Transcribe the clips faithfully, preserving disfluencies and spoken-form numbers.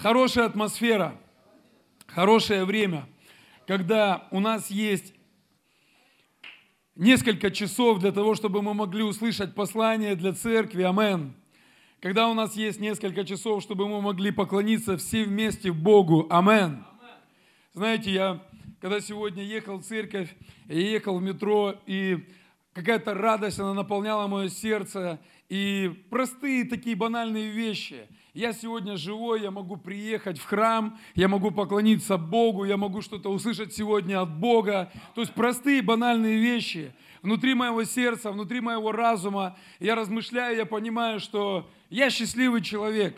Хорошая атмосфера, хорошее время, когда у нас есть несколько часов для того, чтобы мы могли услышать послание для церкви. Амен. Когда у нас есть несколько часов, чтобы мы могли поклониться все вместе Богу. Амен. Знаете, я когда сегодня ехал в церковь, я ехал в метро, и какая-то радость, она наполняла мое сердце. И простые такие банальные вещи. Я сегодня живой, я могу приехать в храм, я могу поклониться Богу, я могу что-то услышать сегодня от Бога. То есть простые банальные вещи. Внутри моего сердца, внутри моего разума я размышляю, я понимаю, что я счастливый человек.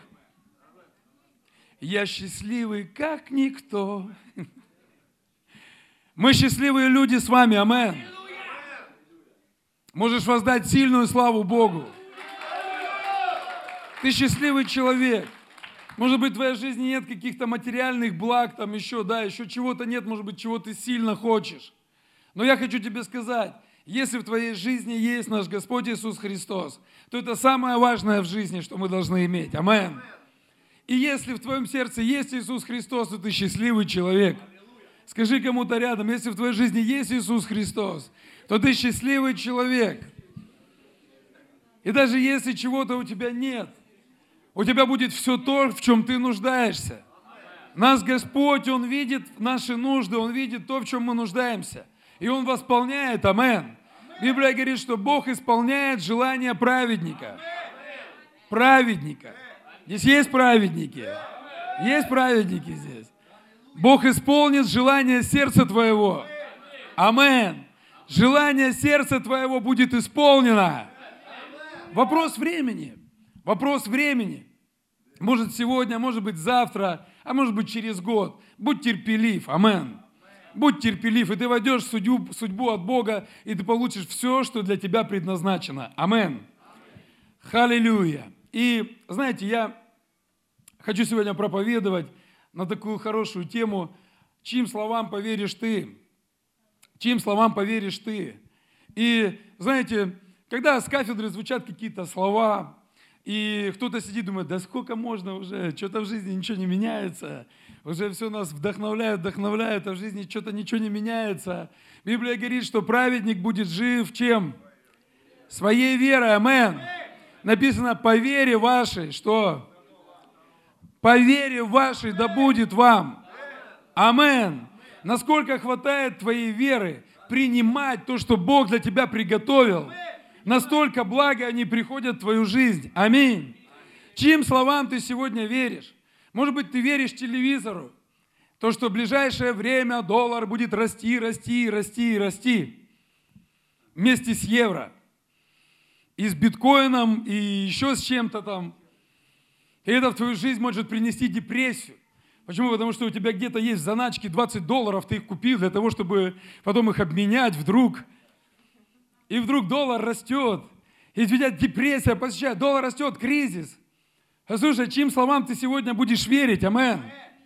Я счастливый, как никто. Мы счастливые люди с вами, амен. Можешь воздать сильную славу Богу. Ты счастливый человек. Может быть, в твоей жизни нет каких-то материальных благ, там еще, да, еще чего-то нет, может быть, чего ты сильно хочешь. Но я хочу тебе сказать, если в твоей жизни есть наш Господь Иисус Христос, то это самое важное в жизни, что мы должны иметь. Амен. И если в твоем сердце есть Иисус Христос, то ты счастливый человек. Скажи кому-то рядом, если в твоей жизни есть Иисус Христос, то ты счастливый человек. И даже если чего-то у тебя нет, у тебя будет все то, в чем ты нуждаешься. Нас Господь, Он видит наши нужды, Он видит то, в чем мы нуждаемся. И Он восполняет, амен. Библия говорит, что Бог исполняет желания праведника. Праведника. Здесь есть праведники. Есть праведники здесь. Бог исполнит желание сердца твоего. Амен. Желание сердца твоего будет исполнено. Вопрос времени. Вопрос времени. Может сегодня, может быть завтра, а может быть через год. Будь терпелив. Амен. Будь терпелив, и ты войдешь в судьбу, судьбу от Бога, и ты получишь все, что для тебя предназначено. Амен. Халилюя. И знаете, я хочу сегодня проповедовать на такую хорошую тему, чьим словам поверишь ты. Чьим словам поверишь ты. И знаете, когда с кафедры звучат какие-то слова, и кто-то сидит и думает, да сколько можно уже, что-то в жизни ничего не меняется, уже все нас вдохновляет, вдохновляет, а в жизни что-то ничего не меняется. Библия говорит, что праведник будет жив чем? Своей верой, амен. Написано, по вере вашей, что? По вере вашей да будет вам. Амен. Насколько хватает твоей веры принимать то, что Бог для тебя приготовил, настолько благо они приходят в твою жизнь. Аминь. Чьим словам ты сегодня веришь? Может быть, ты веришь телевизору, то, что в ближайшее время доллар будет расти, расти, расти, расти вместе с евро, и с биткоином, и еще с чем-то там. И это в твою жизнь может принести депрессию. Почему? Потому что у тебя где-то есть в заначке двадцать долларов, ты их купил для того, чтобы потом их обменять вдруг. И вдруг доллар растет, и у тебя депрессия посещает, доллар растет, кризис. Послушай, чьим словам ты сегодня будешь верить, амен?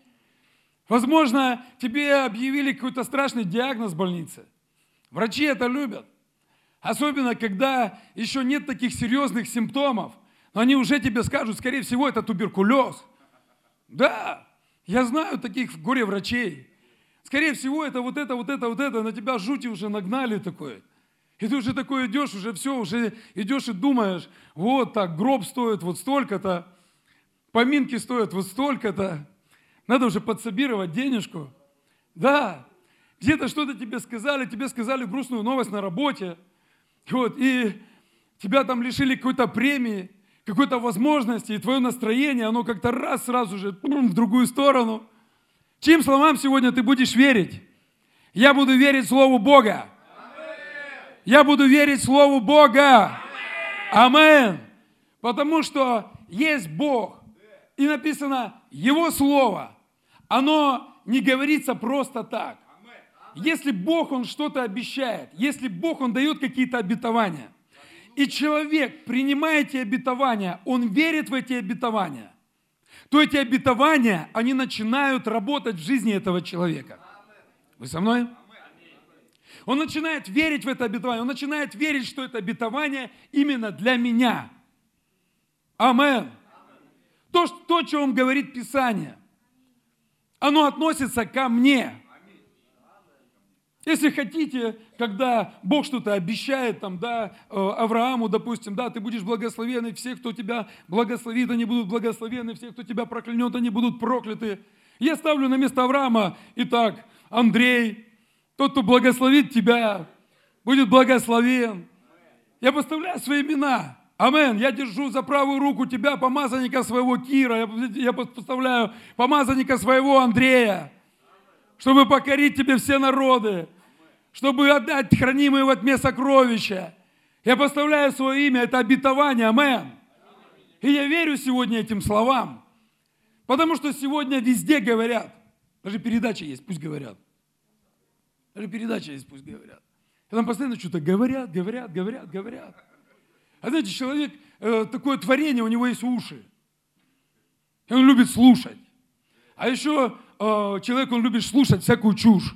Возможно, тебе объявили какой-то страшный диагноз в больнице. Врачи это любят. Особенно, когда еще нет таких серьезных симптомов. Но они уже тебе скажут, скорее всего, это туберкулез. Да, я знаю таких горе-врачей. Скорее всего, это вот это, вот это, вот это, на тебя жути уже нагнали такое. И ты уже такой идешь, уже все, уже идешь и думаешь, вот так, гроб стоит вот столько-то, поминки стоят вот столько-то, надо уже подсобировать денежку. Да, где-то что-то тебе сказали, тебе сказали грустную новость на работе, вот, и тебя там лишили какой-то премии, какой-то возможности, и твое настроение, оно как-то раз сразу же в другую сторону. Чьим словам сегодня ты будешь верить? Я буду верить Слову Бога. Я буду верить Слову Бога. Амен. Потому что есть Бог. И написано, Его Слово, оно не говорится просто так. Если Бог, Он что-то обещает, если Бог, Он дает какие-то обетования, и человек, принимая эти обетования, он верит в эти обетования, то эти обетования, они начинают работать в жизни этого человека. Вы со мной? Он начинает верить в это обетование, он начинает верить, что это обетование именно для меня. Амен. То, что, то, о чем говорит Писание. Оно относится ко мне. Если хотите, когда Бог что-то обещает, там, да, Аврааму, допустим, да, ты будешь благословен, и все, кто тебя благословит, они будут благословены, все, кто тебя проклянет, они будут прокляты. Я ставлю на место Авраама, итак, Андрей, тот, кто благословит тебя, будет благословен. Я поставляю свои имена. Амен. Я держу за правую руку тебя, помазанника своего Кира. Я поставляю помазанника своего Андрея, чтобы покорить тебе все народы, чтобы отдать хранимые во тьме сокровища. Я поставляю свое имя, это обетование, амен. И я верю сегодня этим словам, потому что сегодня везде говорят, даже передача есть, пусть говорят. Даже передача есть, пусть говорят. И там постоянно что-то говорят, говорят, говорят, говорят. А знаете, человек, э, такое творение, у него есть уши. И он любит слушать. А еще э, человек, он любит слушать всякую чушь.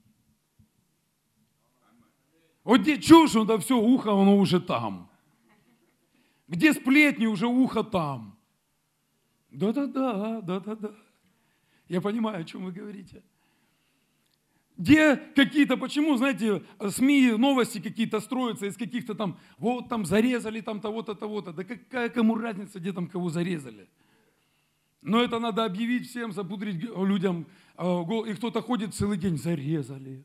Вот где чушь, он да все, ухо, оно уже там. Где сплетни, уже ухо там. Да-да-да, да-да-да. Я понимаю, о чем вы говорите. Где какие-то, почему, знаете, СМИ, новости какие-то строятся из каких-то там, вот там зарезали там того-то, того-то. Да какая кому разница, где там кого зарезали? Но это надо объявить всем, запудрить людям. И кто-то ходит целый день, зарезали.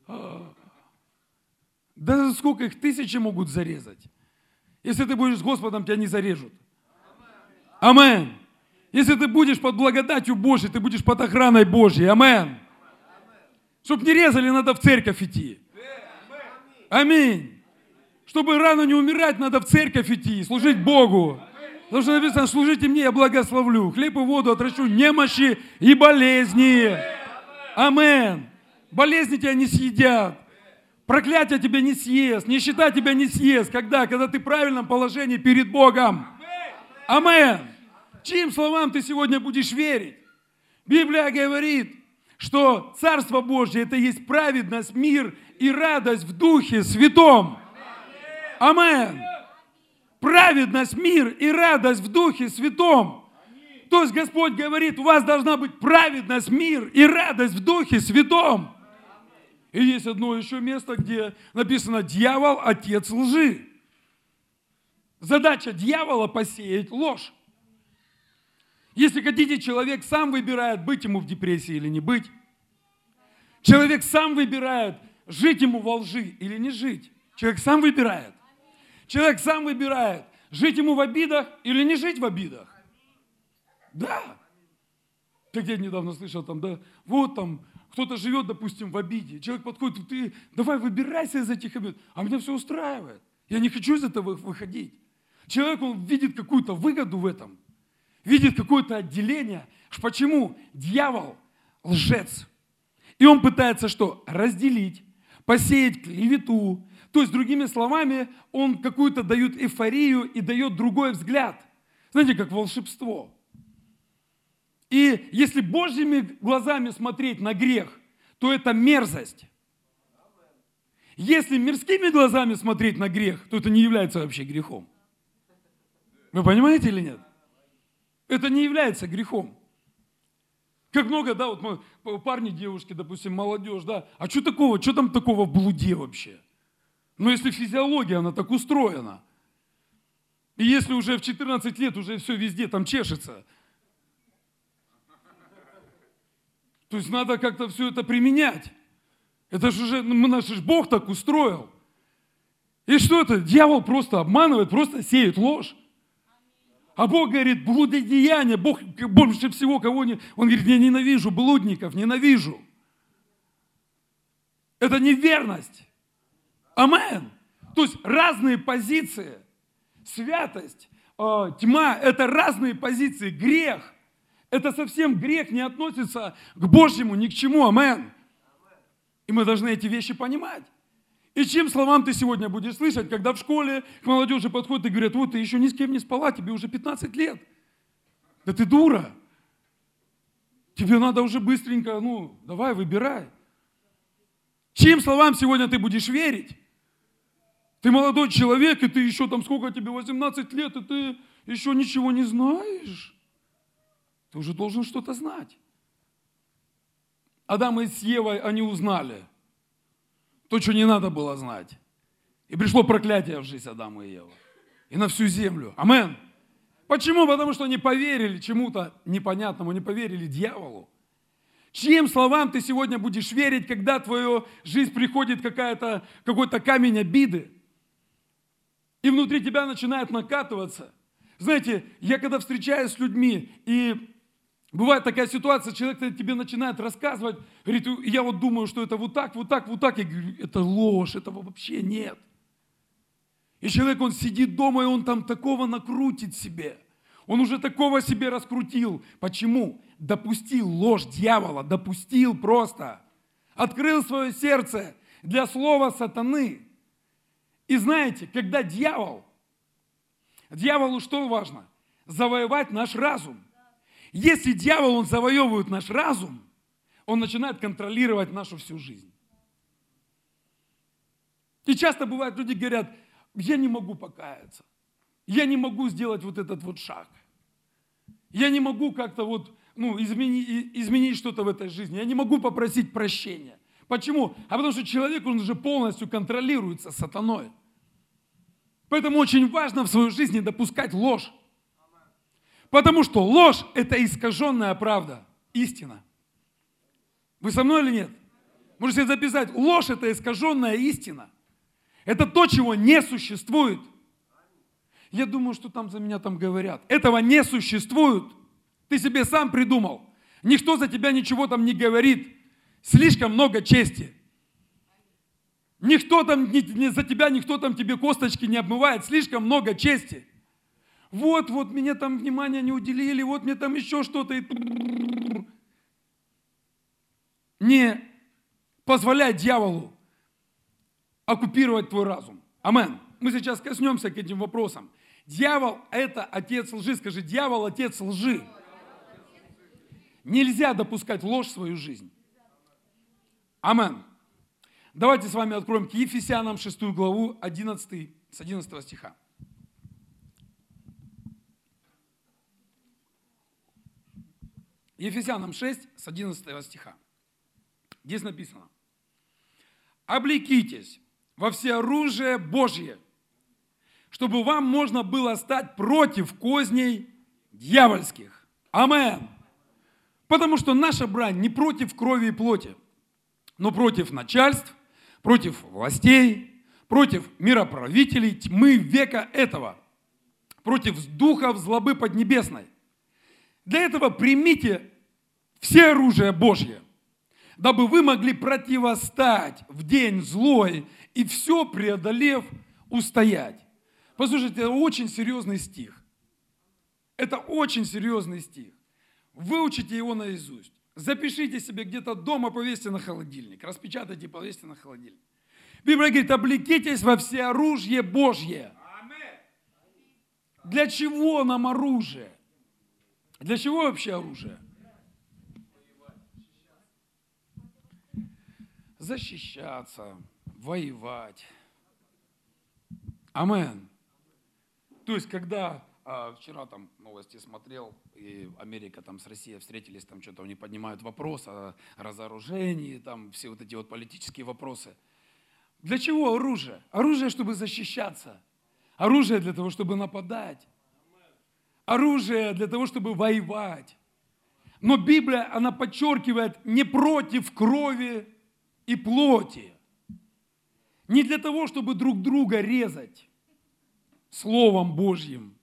Да сколько их, тысячи могут зарезать. Если ты будешь с Господом, тебя не зарежут. Амен. Если ты будешь под благодатью Божьей, ты будешь под охраной Божьей. Амен. Чтобы не резали, надо в церковь идти. Аминь. Чтобы рано не умирать, надо в церковь идти, служить Богу. Потому что написано, служите мне, я благословлю. Хлеб и воду отращу немощи и болезни. Амен. Болезни тебя не съедят. Проклятие тебя не съест. Нищета тебя не съест. Когда? Когда ты в правильном положении перед Богом. Амен. Чьим словам ты сегодня будешь верить? Библия говорит, что Царство Божье – это есть праведность, мир и радость в Духе Святом. Амен. Праведность, мир и радость в Духе Святом. То есть Господь говорит, у вас должна быть праведность, мир и радость в Духе Святом. И есть одно еще место, где написано «Дьявол – отец лжи». Задача дьявола – посеять ложь. Если хотите, человек сам выбирает, быть ему в депрессии или не быть. Человек сам выбирает, жить ему во лжи или не жить. Человек сам выбирает. Человек сам выбирает, жить ему в обидах или не жить в обидах. Да. Как я недавно слышал, там, да, вот там, кто-то живет, допустим, в обиде. Человек подходит, ты давай выбирайся из этих обид. А меня все устраивает. Я не хочу из этого выходить. Человек, он видит какую-то выгоду в этом. Видит какое-то отделение. Почему? Дьявол лжец. И он пытается что? Разделить, посеять клевету. То есть, другими словами, он какую-то дает эйфорию и дает другой взгляд. Знаете, как волшебство. И если Божьими глазами смотреть на грех, то это мерзость. Если мирскими глазами смотреть на грех, то это не является вообще грехом. Вы понимаете или нет? Это не является грехом. Как много, да, вот мы, парни, девушки, допустим, молодежь, да, а что такого, что там такого в блуде вообще? Ну, если физиология, она так устроена. И если уже в четырнадцать лет уже все везде там чешется, то есть надо как-то все это применять. Это же уже, ну, наш же Бог так устроил. И что это? Дьявол просто обманывает, просто сеет ложь. А Бог говорит, блудодеяние, Бог больше всего кого не... Он говорит, я ненавижу блудников, ненавижу. Это неверность. Амен. То есть разные позиции. Святость, э, тьма, это разные позиции. Грех. Это совсем грех не относится к Божьему, ни к чему. Амен. И мы должны эти вещи понимать. И чьим словам ты сегодня будешь слышать, когда в школе к молодежи подходят и говорят, вот ты еще ни с кем не спала, тебе уже пятнадцать лет. Да ты дура. Тебе надо уже быстренько, ну, давай, выбирай. Чьим словам сегодня ты будешь верить? Ты молодой человек, и ты еще там, сколько тебе, восемнадцать лет, и ты еще ничего не знаешь. Ты уже должен что-то знать. Адам и с Евой, они узнали то, что не надо было знать. И пришло проклятие в жизнь Адама и Евы. И на всю землю. Амен. Почему? Потому что они поверили чему-то непонятному, не поверили дьяволу. Чьим словам ты сегодня будешь верить, когда в твою жизнь приходит какая-то, какой-то камень обиды, и внутри тебя начинает накатываться? Знаете, я когда встречаюсь с людьми, и бывает такая ситуация, человек тебе начинает рассказывать, говорит, я вот думаю, что это вот так, вот так, вот так. Я говорю, это ложь, этого вообще нет. И человек, он сидит дома, и он там такого накрутит себе. Он уже такого себе раскрутил. Почему? Допустил ложь дьявола, допустил просто. Открыл свое сердце для слова сатаны. И знаете, когда дьявол, дьяволу что важно? Завоевать наш разум. Если дьявол, он завоевывает наш разум, он начинает контролировать нашу всю жизнь. И часто бывает, люди говорят, я не могу покаяться. Я не могу сделать вот этот вот шаг. Я не могу как-то вот, ну, изменить, изменить что-то в этой жизни. Я не могу попросить прощения. Почему? А потому что человек, он уже полностью контролируется сатаной. Поэтому очень важно в своей жизни допускать ложь. Потому что ложь – это искаженная правда, истина. Вы со мной или нет? Можете записать, ложь – это искаженная истина. Это то, чего не существует. Я думаю, что там за меня там говорят. Этого не существует. Ты себе сам придумал. Никто за тебя ничего там не говорит. Слишком много чести. Никто там, не, не за тебя никто там тебе косточки не обмывает. Слишком много чести. Вот, вот, мне там внимания не уделили, вот мне там еще что-то. Не позволяй дьяволу оккупировать твой разум. Амен. Мы сейчас коснемся к этим вопросам. Дьявол – это отец лжи. Скажи, дьявол – отец лжи. Нельзя допускать ложь в свою жизнь. Амен. Давайте с вами откроем к Ефесянам шестую главу, одиннадцатый, с одиннадцатого стиха. Ефесянам шесть, с одиннадцатого стиха. Здесь написано. «Облекитесь во всеоружие Божье, чтобы вам можно было стать против козней дьявольских». Амен. Потому что наша брань не против крови и плоти, но против начальств, против властей, против мироправителей тьмы века этого, против духов злобы поднебесной. Для этого примите все оружие Божье, дабы вы могли противостать в день злой и все преодолев устоять. Послушайте, это очень серьезный стих. Это очень серьезный стих. Выучите его наизусть. Запишите себе где-то дома, повесьте на холодильник. Распечатайте, повесьте на холодильник. Библия говорит, облекитесь во всеоружие Божье. Для чего нам оружие? Для чего вообще оружие? Защищаться, воевать. Амен. То есть, когда а, вчера там новости смотрел, и Америка там с Россией встретились, там что-то они поднимают вопрос о разоружении, там все вот эти вот политические вопросы. Для чего оружие? Оружие, чтобы защищаться. Оружие для того, чтобы нападать. Оружие для того, чтобы воевать. Но Библия, она подчеркивает, не против крови и плоти. Не для того, чтобы друг друга резать Словом Божьим.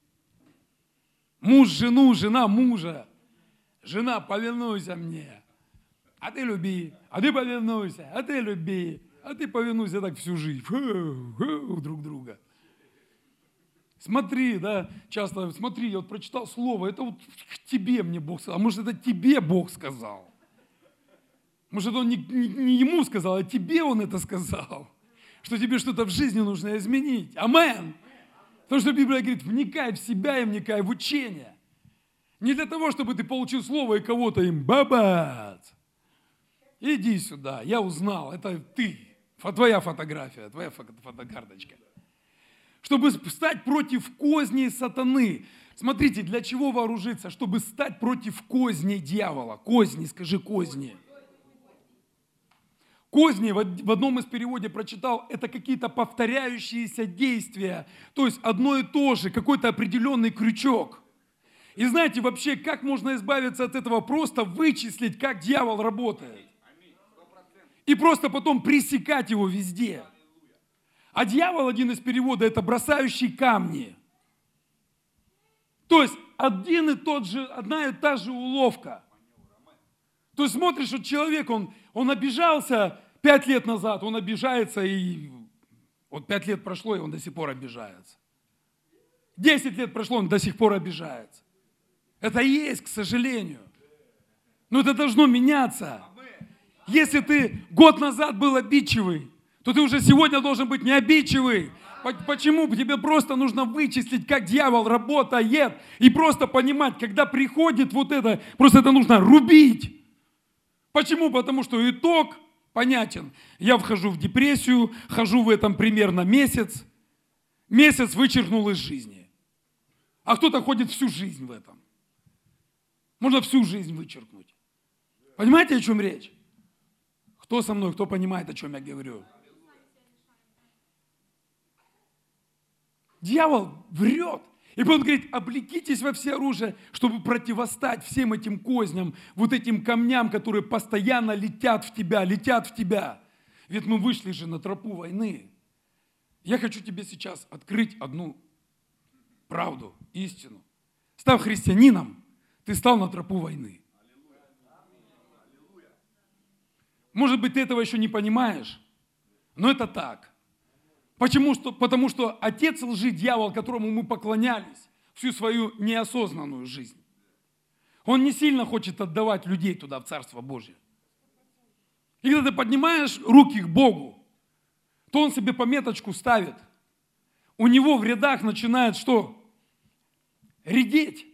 Муж жену, жена мужа. Жена, повинуйся мне. А ты люби. А ты повинуйся. А ты люби. А ты повинуйся так всю жизнь. Фу, фу, друг друга. Смотри, да, часто, смотри, я вот прочитал слово, это вот тебе мне Бог сказал, а может это тебе Бог сказал? Может он не, не, не ему сказал, а тебе он это сказал, что тебе что-то в жизни нужно изменить. Амен. Потому что Библия говорит, вникай в себя и вникай в учение. Не для того, чтобы ты получил слово и кого-то им бабац. Иди сюда, я узнал, это ты, твоя фотография, твоя фотокарточка. Чтобы стать против козней сатаны. Смотрите, для чего вооружиться? Чтобы стать против козней дьявола. Козни, скажи козни. Козни, в одном из переводов прочитал, это какие-то повторяющиеся действия. То есть одно и то же, какой-то определенный крючок. И знаете, вообще, как можно избавиться от этого? Просто вычислить, как дьявол работает. И просто потом пресекать его везде. А дьявол, один из переводов, это бросающий камни. То есть один и тот же, одна и та же уловка. То есть смотришь, что человек, он, он обижался пять лет назад, он обижается, и вот пять лет прошло, и он до сих пор обижается. Десять лет прошло, он до сих пор обижается. Это есть, к сожалению. Но это должно меняться. Если ты год назад был обидчивый, то ты уже сегодня должен быть не обидчивый. Почему? Тебе просто нужно вычислить, как дьявол работает, и просто понимать, когда приходит вот это, просто это нужно рубить. Почему? Потому что итог понятен. Я вхожу в депрессию, хожу в этом примерно месяц. Месяц вычеркнул из жизни. А кто-то ходит всю жизнь в этом. Можно всю жизнь вычеркнуть. Понимаете, о чем речь? Кто со мной, кто понимает, о чем я говорю? Дьявол врет. И он говорит, облекитесь во все оружие, чтобы противостать всем этим козням, вот этим камням, которые постоянно летят в тебя, летят в тебя. Ведь мы вышли же на тропу войны. Я хочу тебе сейчас открыть одну правду, истину. Став христианином, ты стал на тропу войны. Может быть, ты этого еще не понимаешь, но это так. Почему? Потому что отец лжи, дьявол, которому мы поклонялись всю свою неосознанную жизнь, он не сильно хочет отдавать людей туда, в Царство Божие. И когда ты поднимаешь руки к Богу, то он себе пометочку ставит. У него в рядах начинает что? Редеть.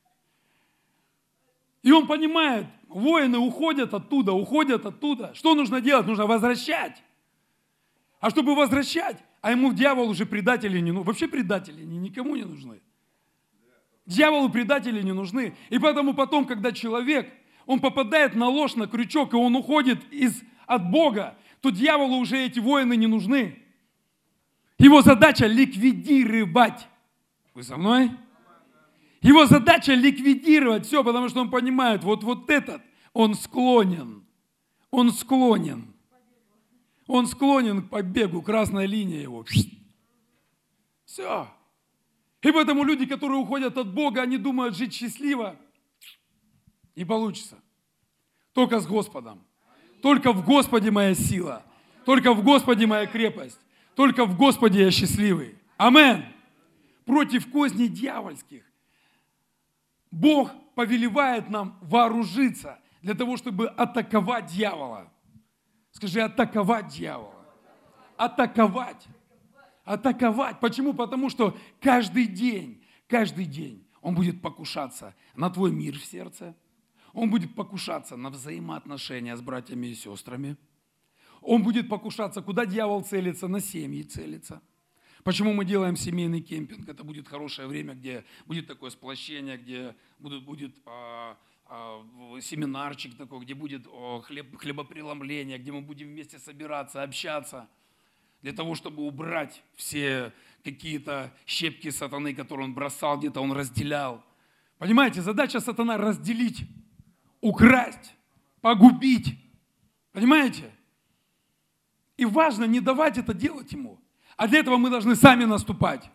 И он понимает, воины уходят оттуда, уходят оттуда. Что нужно делать? Нужно возвращать. А чтобы возвращать, а ему дьявол уже предатели не нужны. Вообще предатели никому не нужны. Дьяволу предатели не нужны. И поэтому потом, когда человек, он попадает на ложь, на крючок, и он уходит из, от Бога, то дьяволу уже эти воины не нужны. Его задача ликвидировать. Вы со мной? Его задача ликвидировать все, потому что он понимает, вот, вот этот, он склонен. Он склонен. Он склонен к побегу, красная линия его. Все. И поэтому люди, которые уходят от Бога, они думают жить счастливо. Не получится. Только с Господом. Только в Господе моя сила. Только в Господе моя крепость. Только в Господе я счастливый. Амен. Против козней дьявольских Бог повелевает нам вооружиться для того, чтобы атаковать дьявола. Скажи, атаковать дьявола. Атаковать. Атаковать. Почему? Потому что каждый день, каждый день он будет покушаться на твой мир в сердце. Он будет покушаться на взаимоотношения с братьями и сестрами. Он будет покушаться, куда дьявол целится, на семьи целится. Почему мы делаем семейный кемпинг? Это будет хорошее время, где будет такое сплощение, где будет, будет а, а, семинарчик такой, где будет о, хлеб, хлебопреломление, где мы будем вместе собираться, общаться, для того, чтобы убрать все какие-то щепки сатаны, которые он бросал, где-то он разделял. Понимаете, задача сатана разделить, украсть, погубить. Понимаете? И важно не давать это делать ему. А для этого мы должны сами наступать.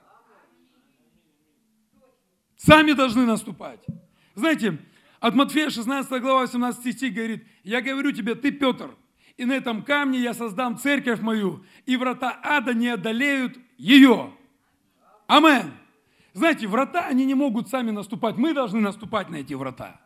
Сами должны наступать. Знаете, от Матфея шестнадцатая глава, восемнадцатый стих говорит, я говорю тебе, ты Петр, и на этом камне я создам церковь мою, и врата ада не одолеют ее. Амен. Знаете, врата, они не могут сами наступать. Мы должны наступать на эти врата.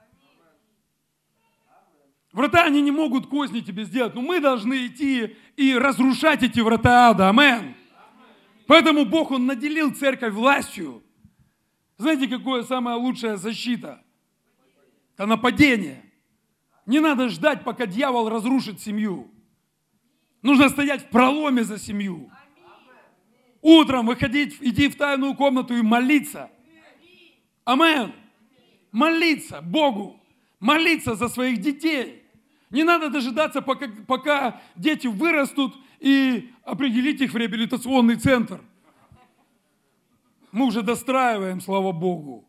Врата, они не могут козни тебе сделать, но мы должны идти и разрушать эти врата ада. Амен. Поэтому Бог, Он наделил церковь властью. Знаете, какое самая лучшая защита? Это нападение. Не надо ждать, пока дьявол разрушит семью. Нужно стоять в проломе за семью. Утром выходить, идти в тайную комнату и молиться. Амен. Молиться Богу. Молиться за своих детей. Не надо дожидаться, пока, пока дети вырастут, и определить их в реабилитационный центр. Мы уже достраиваем, слава Богу.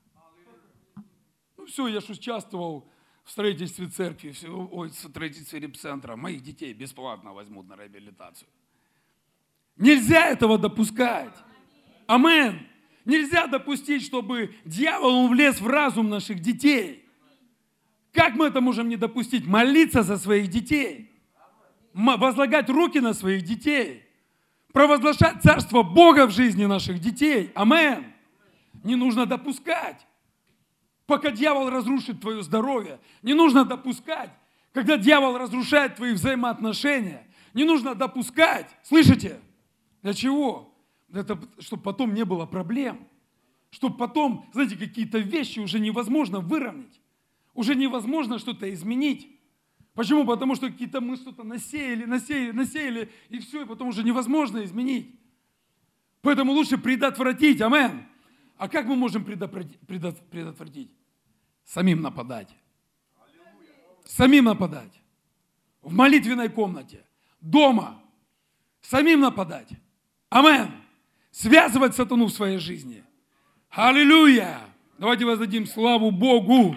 Ну все, я же участвовал в строительстве церкви, ой, в строительстве репцентра. Моих детей бесплатно возьмут на реабилитацию. Нельзя этого допускать. Амен. Нельзя допустить, чтобы дьявол он влез в разум наших детей. Как мы это можем не допустить? Молиться за своих детей. Возлагать руки на своих детей. Провозглашать царство Бога в жизни наших детей. Амен. Не нужно допускать, пока дьявол разрушит твое здоровье. Не нужно допускать, когда дьявол разрушает твои взаимоотношения. Не нужно допускать. Слышите? Для чего? Это, чтобы потом не было проблем. Чтобы потом, знаете, какие-то вещи уже невозможно выровнять. Уже невозможно что-то изменить. Почему? Потому что какие-то мы что-то насеяли, насеяли, насеяли, и все, и потом уже невозможно изменить. Поэтому лучше предотвратить. Амен. А как мы можем предотвратить? Самим нападать. Самим нападать. В молитвенной комнате. Дома. Самим нападать. Амен. Связывать сатану в своей жизни. Аллилуйя. Давайте воздадим славу Богу.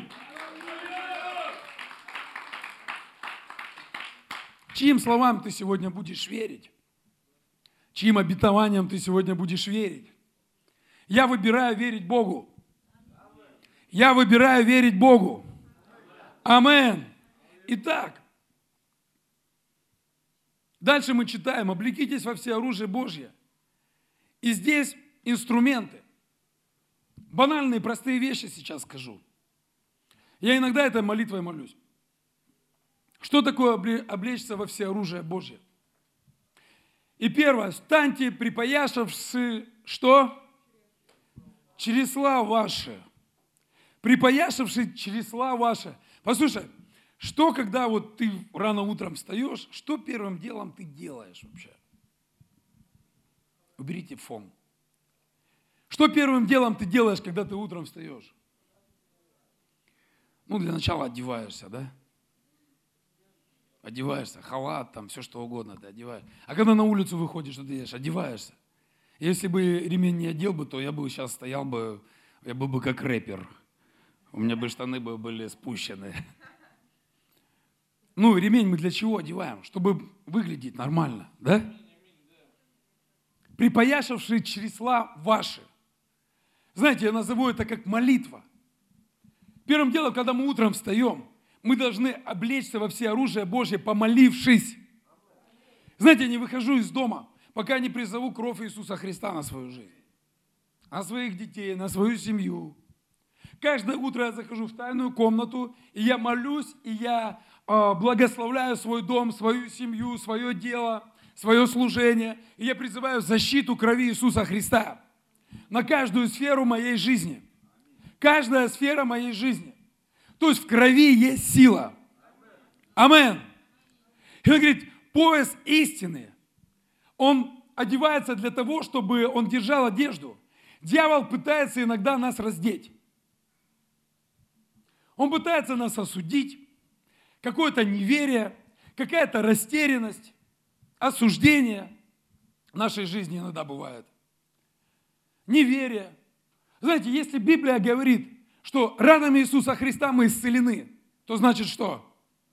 Чьим словам ты сегодня будешь верить? Чьим обетованиям ты сегодня будешь верить? Я выбираю верить Богу. Я выбираю верить Богу. Амен. Итак, дальше мы читаем: облекитесь во всеоружие Божье. И здесь инструменты. Банальные, простые вещи сейчас скажу. Я иногда этой молитвой молюсь. Что такое облечься во всеоружие Божье? И первое, встаньте, припоясавши, что? Чресла ваши. Припоясавши чресла ваши. Послушай, что когда вот ты рано утром встаешь, что первым делом ты делаешь вообще? Уберите фон. Что первым делом ты делаешь, когда ты утром встаешь? Ну, для начала одеваешься, да? Одеваешься, халат, там, все что угодно ты одеваешь. А когда на улицу выходишь, что ты делаешь? Одеваешься. Если бы ремень не одел бы, то я бы сейчас стоял бы, я был бы как рэпер. У меня бы штаны бы были спущены. Ну, ремень мы для чего одеваем? Чтобы выглядеть нормально, да? Припоясавшие чресла ваши. Знаете, я назову это как молитва. Первым делом, когда мы утром встаем, мы должны облечься во всеоружие Божье, помолившись. Знаете, я не выхожу из дома, пока не призову кровь Иисуса Христа на свою жизнь, на своих детей, на свою семью. Каждое утро я захожу в тайную комнату, и я молюсь, и я э, благословляю свой дом, свою семью, свое дело, свое служение. И я призываю защиту крови Иисуса Христа на каждую сферу моей жизни. Каждая сфера моей жизни. То есть в крови есть сила. Амен. И он говорит, пояс истины. Он одевается для того, чтобы он держал одежду. Дьявол пытается иногда нас раздеть. Он пытается нас осудить. Какое-то неверие, какая-то растерянность, осуждение в нашей жизни иногда бывает. Неверие. Знаете, если Библия говорит, что ранами Иисуса Христа мы исцелены, то значит что?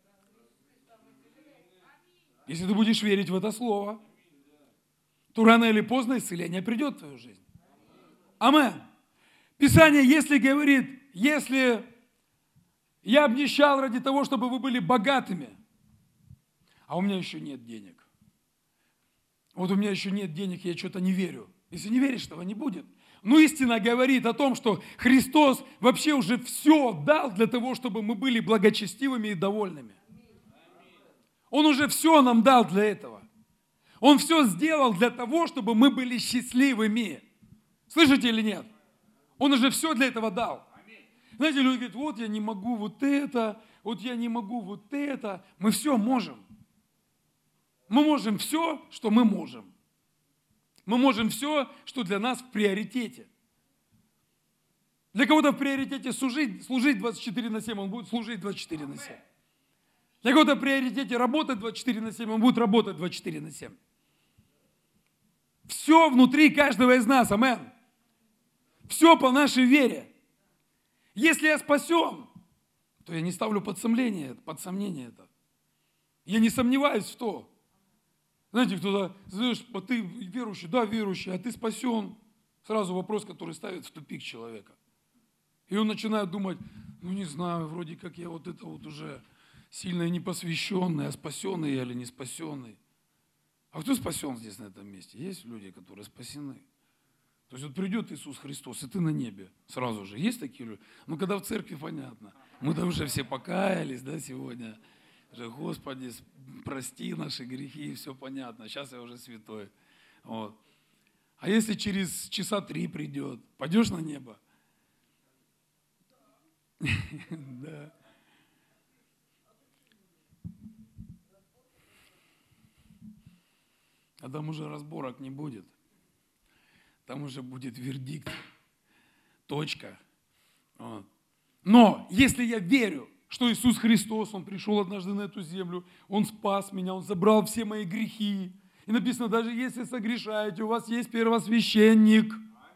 Если ты будешь верить в это слово, то рано или поздно исцеление придет в твою жизнь. Амен. Писание, если говорит, если я обнищал ради того, чтобы вы были богатыми, а у меня еще нет денег. Вот у меня еще нет денег, я что-то не верю. Если не веришь, этого не будет. Но истина говорит о том, что Христос вообще уже все дал для того, чтобы мы были благочестивыми и довольными. Он уже все нам дал для этого. Он все сделал для того, чтобы мы были счастливыми. Слышите или нет? Он уже все для этого дал. Знаете, люди говорят, вот я не могу вот это, вот я не могу вот это. Мы все можем. Мы можем все, что мы можем. Мы можем все, что для нас в приоритете. Для кого-то в приоритете служить, служить двадцать четыре на семь, он будет служить двадцать четыре на семь. Для кого-то в приоритете работать двадцать четыре на семь, он будет работать двадцать четыре на семь. Все внутри каждого из нас, амен. Все по нашей вере. Если я спасен, то я не ставлю под сомнение, под сомнение это. Я не сомневаюсь в то. Знаете, кто-то, знаешь, а ты верующий, да, верующий, а ты спасен. Сразу вопрос, который ставит в тупик человека. И он начинает думать, ну не знаю, вроде как я вот это вот уже сильно и не посвященный, а спасенный я или не спасенный. А кто спасен здесь на этом месте? Есть люди, которые спасены. То есть вот придет Иисус Христос, и ты на небе сразу же. Есть такие люди? Ну, когда в церкви, понятно. Мы там уже все покаялись, да, сегодня. Господи, прости наши грехи, все понятно. Сейчас я уже святой. Вот. А если через часа три придет, пойдешь на небо? Да. А там уже разборок не будет. Там уже будет вердикт, точка. Вот. Но если я верю, что Иисус Христос, Он пришел однажды на эту землю, Он спас меня, Он забрал все мои грехи. И написано, даже если согрешаете, у вас есть первосвященник.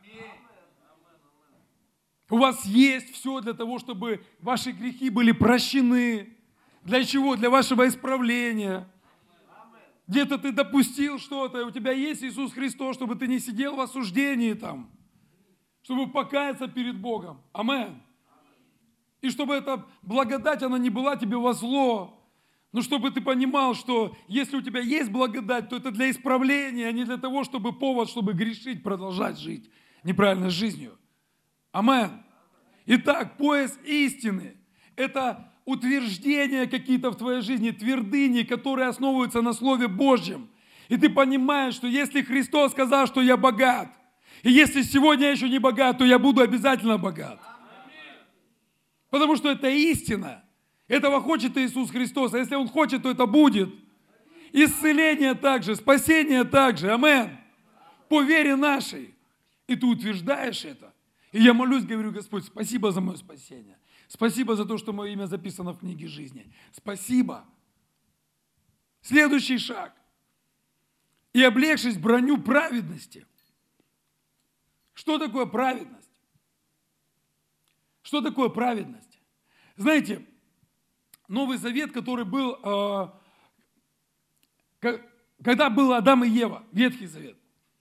У вас есть все для того, чтобы ваши грехи были прощены. Для чего? Для вашего исправления. Где-то ты допустил что-то, и у тебя есть Иисус Христос, чтобы ты не сидел в осуждении там, чтобы покаяться перед Богом. Амен. И чтобы эта благодать, она не была тебе во зло, но чтобы ты понимал, что если у тебя есть благодать, то это для исправления, а не для того, чтобы повод, чтобы грешить, продолжать жить неправильной жизнью. Амен. Итак, пояс истины – это утверждения какие-то в твоей жизни, твердыни, которые основываются на Слове Божьем. И ты понимаешь, что если Христос сказал, что я богат, и если сегодня я еще не богат, то я буду обязательно богат. Потому что это истина. Этого хочет Иисус Христос. А если Он хочет, то это будет. Исцеление также, спасение также. Амен. По вере нашей. И ты утверждаешь это. И я молюсь, говорю, Господь, спасибо за мое спасение. Спасибо за то, что мое имя записано в книге жизни. Спасибо. Следующий шаг. И облегшись броню праведности. Что такое праведность? Что такое праведность? Знаете, Новый Завет, который был, э, когда был Адам и Ева, Ветхий Завет.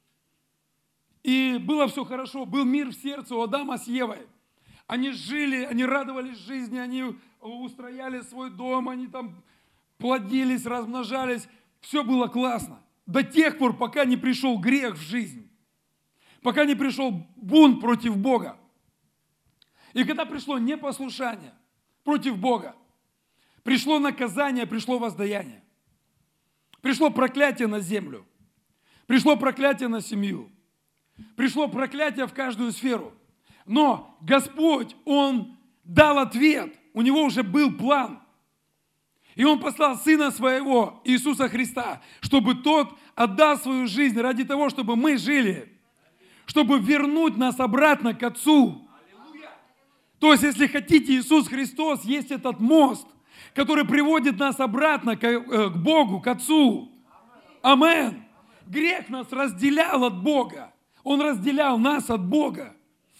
И было все хорошо, был мир в сердце у Адама с Евой. Они жили, они радовались жизни, они устрояли свой дом, они там плодились, размножались. Все было классно. До тех пор, пока не пришел грех в жизнь. Пока не пришел бунт против Бога. И когда пришло непослушание против Бога, пришло наказание, пришло воздаяние. Пришло проклятие на землю. Пришло проклятие на семью. Пришло проклятие в каждую сферу. Но Господь, Он дал ответ. У Него уже был план. И Он послал Сына Своего, Иисуса Христа, чтобы Тот отдал свою жизнь ради того, чтобы мы жили. Чтобы вернуть нас обратно к Отцу. То есть, если хотите, Иисус Христос есть этот мост, который приводит нас обратно к, к Богу, к Отцу. Амен. Грех нас разделял от Бога. Он разделял нас от Бога.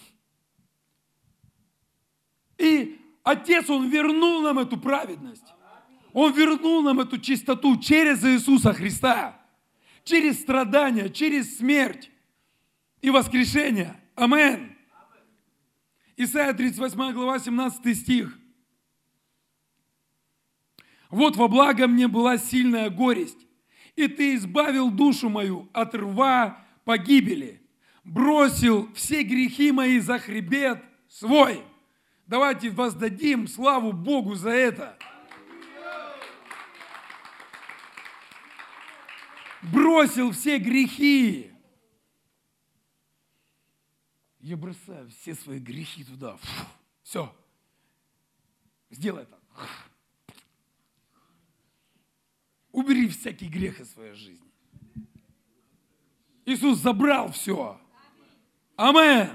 И Отец, Он вернул нам эту праведность. Он вернул нам эту чистоту через Иисуса Христа. Через страдания, через смерть и воскрешение. Амен. Исайя тридцать восьмая глава, семнадцатый стих. «Вот во благо мне была сильная горесть, и ты избавил душу мою от рва погибели, бросил все грехи мои за хребет свой». Давайте воздадим славу Богу за это. Бросил все грехи. Я бросаю все свои грехи туда. Фу, все. Сделай так. Убери всякий грех из своей жизни. Иисус забрал все. Амен.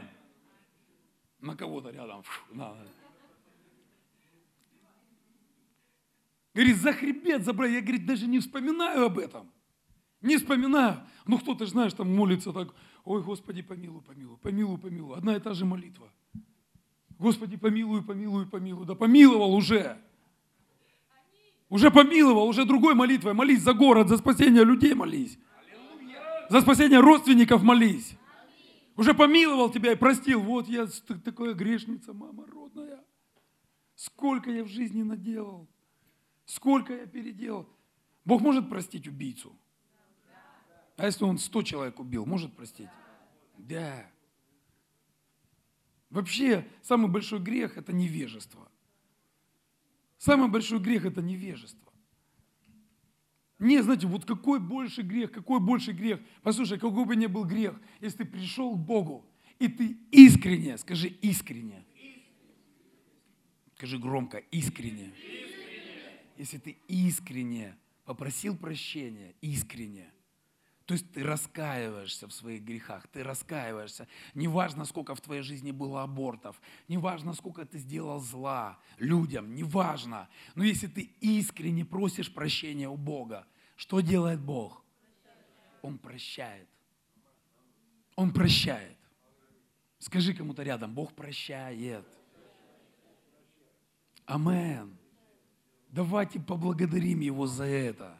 На кого-то рядом. Фу, на. Говорит, за хребет забрали. Я, говорит, даже не вспоминаю об этом. Не вспоминаю. Ну, кто-то, знаешь, там молится так, ой, Господи, помилуй, помилуй, помилуй, помилуй. Одна и та же молитва. Господи, помилуй, помилуй, помилуй. Да помиловал уже. Уже помиловал, уже другой молитвой. Молись за город, за спасение людей молись. За спасение родственников молись. Уже помиловал тебя и простил. Вот я такая грешница, мама родная. Сколько я в жизни наделал. Сколько я переделал. Бог может простить убийцу? А если он сто человек убил, может простить? Да. Вообще, самый большой грех – это невежество. Самый большой грех – это невежество. Не, знаете, вот какой больше грех, какой больше грех. Послушай, какой бы ни был грех, если ты пришел к Богу, и ты искренне, скажи искренне. Скажи громко, искренне. Если ты искренне попросил прощения, искренне, то есть ты раскаиваешься в своих грехах, ты раскаиваешься. Неважно, сколько в твоей жизни было абортов, неважно, сколько ты сделал зла людям, неважно. Но если ты искренне просишь прощения у Бога, что делает Бог? Он прощает. Он прощает. Скажи кому-то рядом, Бог прощает. Амен. Давайте поблагодарим Его за это.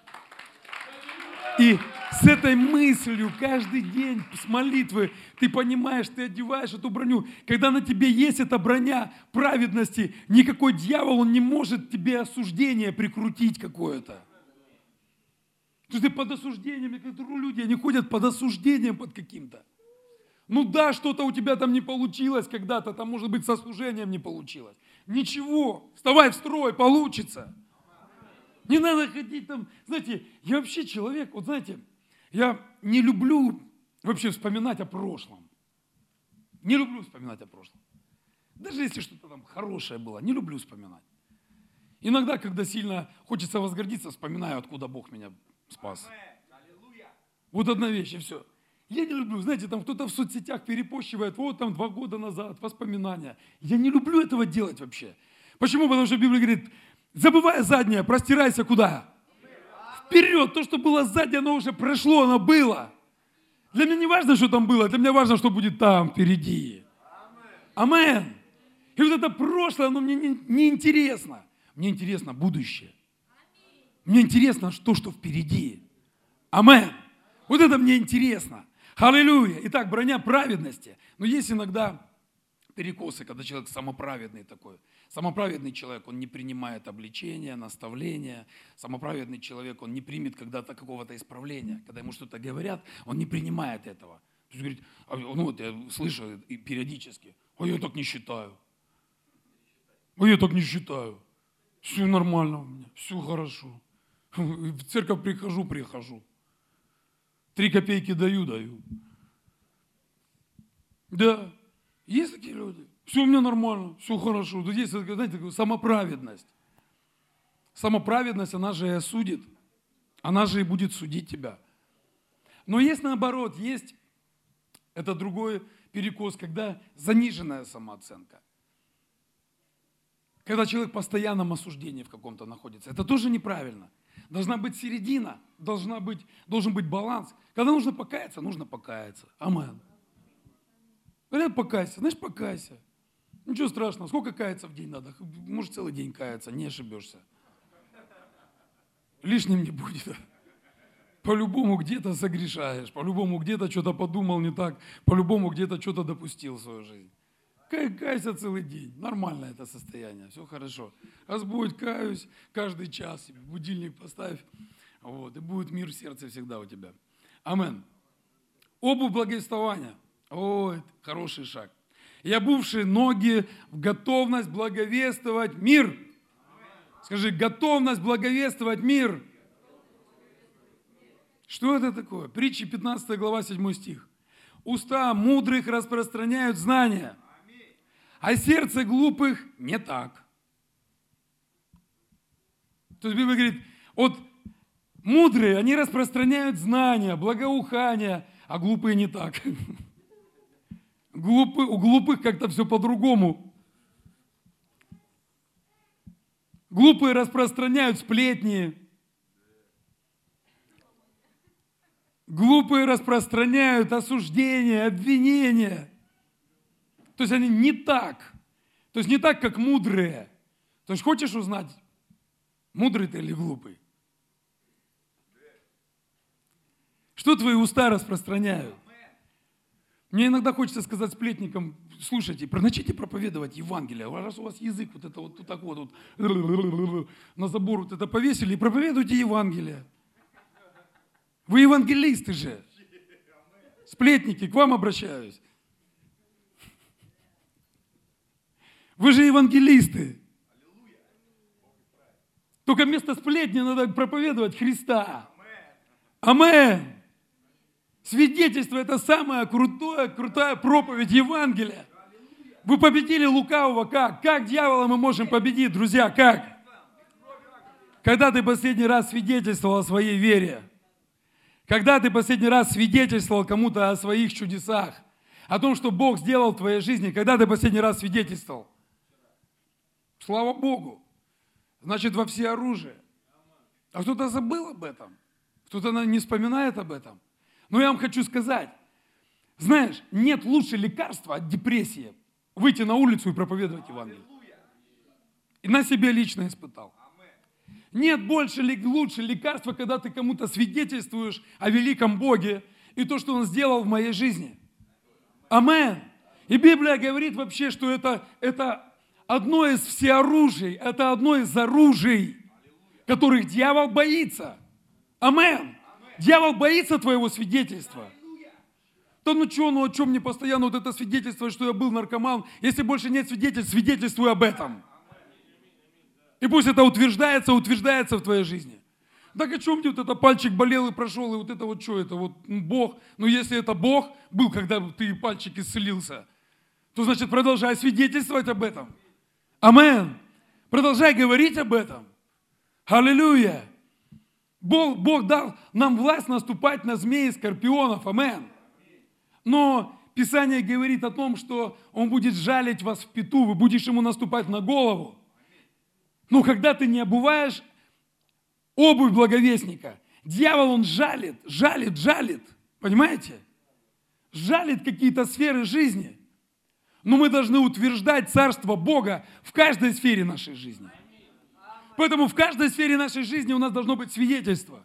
И с этой мыслью каждый день с молитвы ты понимаешь, ты одеваешь эту броню. Когда на тебе есть эта броня праведности, никакой дьявол, он не может тебе осуждение прикрутить какое-то. То есть ты под осуждением, некоторые люди, они ходят под осуждением под каким-то. Ну да, что-то у тебя там не получилось когда-то, там, может быть, со служением не получилось. Ничего, вставай в строй, получится. Не надо ходить там, знаете, я вообще человек, вот знаете, я не люблю вообще вспоминать о прошлом. Не люблю вспоминать о прошлом. Даже если что-то там хорошее было, не люблю вспоминать. Иногда, когда сильно хочется возгордиться, вспоминаю, откуда Бог меня спас. Вот одна вещь, и все. Я не люблю, знаете, там кто-то в соцсетях перепощивает, вот там два года назад, воспоминания. Я не люблю этого делать вообще. Почему? Потому что Библия говорит, забывая заднее, простирайся куда? Вперед. То, что было сзади, оно уже прошло, оно было. Для меня не важно, что там было, для меня важно, что будет там, впереди. Амен. И вот это прошлое, оно мне не, не интересно. Мне интересно будущее. Мне интересно то, что впереди. Амен. Вот это мне интересно. Аллилуйя. Итак, броня праведности. Но есть иногда перекосы, когда человек самоправедный такой. Самоправедный человек, он не принимает обличения, наставления. Самоправедный человек, он не примет когда-то какого-то исправления. Когда ему что-то говорят, он не принимает этого. То есть говорит, ну вот я слышу периодически, а я так не считаю. А я так не считаю. Все нормально у меня, все хорошо. В церковь прихожу, прихожу. Три копейки даю, даю. Да, есть такие люди. Все у меня нормально, все хорошо. Тут есть, знаете, самоправедность. Самоправедность, она же и осудит. Она же и будет судить тебя. Но есть наоборот, есть это другой перекос, когда заниженная самооценка. Когда человек в постоянном осуждении в каком-то находится. Это тоже неправильно. Должна быть середина, должна быть, должен быть баланс. Когда нужно покаяться, нужно покаяться. Амен. Говорят, покайся. Знаешь, покайся. Ничего страшного. Сколько каяться в день надо? Может, целый день каяться, не ошибешься. Лишним не будет. По-любому где-то согрешаешь, по-любому где-то что-то подумал не так, по-любому где-то что-то допустил в свою жизнь. Кай, кайся целый день. Нормально это состояние, все хорошо. Разбудь, каюсь каждый час, себе будильник поставь, вот, и будет мир в сердце всегда у тебя. Амен. Обувь благовествования. Ой, хороший шаг. И обувшие ноги в готовность благовествовать мир. Скажи, готовность благовествовать мир. Что это такое? Притчи пятнадцатая глава, седьмой стих. Уста мудрых распространяют знания, а сердце глупых не так. То есть Библия говорит, вот мудрые, они распространяют знания, благоухания, а глупые не так. Глупы, у глупых как-то все по-другому. Глупые распространяют сплетни. Глупые распространяют осуждения, обвинения. То есть они не так. То есть не так, как мудрые. То есть хочешь узнать, мудрый ты или глупый? Что твои уста распространяют? Мне иногда хочется сказать сплетникам: слушайте, начните проповедовать Евангелие. Раз у вас язык вот это вот, вот так вот, вот на забор вот это повесили, и проповедуйте Евангелие. Вы евангелисты же. Сплетники, к вам обращаюсь. Вы же евангелисты. Только вместо сплетни надо проповедовать Христа. Амен. Свидетельство – это самая крутая, крутая проповедь Евангелия. Вы победили лукавого как? Как дьявола мы можем победить, друзья? Как? Когда ты последний раз свидетельствовал о своей вере? Когда ты последний раз свидетельствовал кому-то о своих чудесах? О том, что Бог сделал в твоей жизни? Когда ты последний раз свидетельствовал? Слава Богу. Значит, во всеоружие. А кто-то забыл об этом. Кто-то не вспоминает об этом. Но я вам хочу сказать, знаешь, нет лучше лекарства от депрессии выйти на улицу и проповедовать Евангелие. И на себе лично испытал. Нет больше лучше лекарства, когда ты кому-то свидетельствуешь о великом Боге и то, что Он сделал в моей жизни. Амен. И Библия говорит вообще, что это, это одно из всеоружий, это одно из оружий, которых дьявол боится. Амен. Дьявол боится твоего свидетельства. Да ну что, ну о чем мне постоянно вот это свидетельство, что я был наркоман? Если больше нет свидетельств, свидетельствуй об этом. И пусть это утверждается, утверждается в твоей жизни. Так о чем мне вот это пальчик болел и прошел, и вот это вот что, это вот Бог. Но если это Бог был, когда ты пальчик исцелился, то значит продолжай свидетельствовать об этом. Амен. Продолжай говорить об этом. Аллилуйя. Бог, Бог дал нам власть наступать на змеи и скорпионов. Амен. Но Писание говорит о том, что Он будет жалить вас в пяту, вы будешь Ему наступать на голову. Но когда ты не обуваешь обувь благовестника, дьявол, он жалит, жалит, жалит. Понимаете? Жалит какие-то сферы жизни. Но мы должны утверждать Царство Бога в каждой сфере нашей жизни. Поэтому в каждой сфере нашей жизни у нас должно быть свидетельство.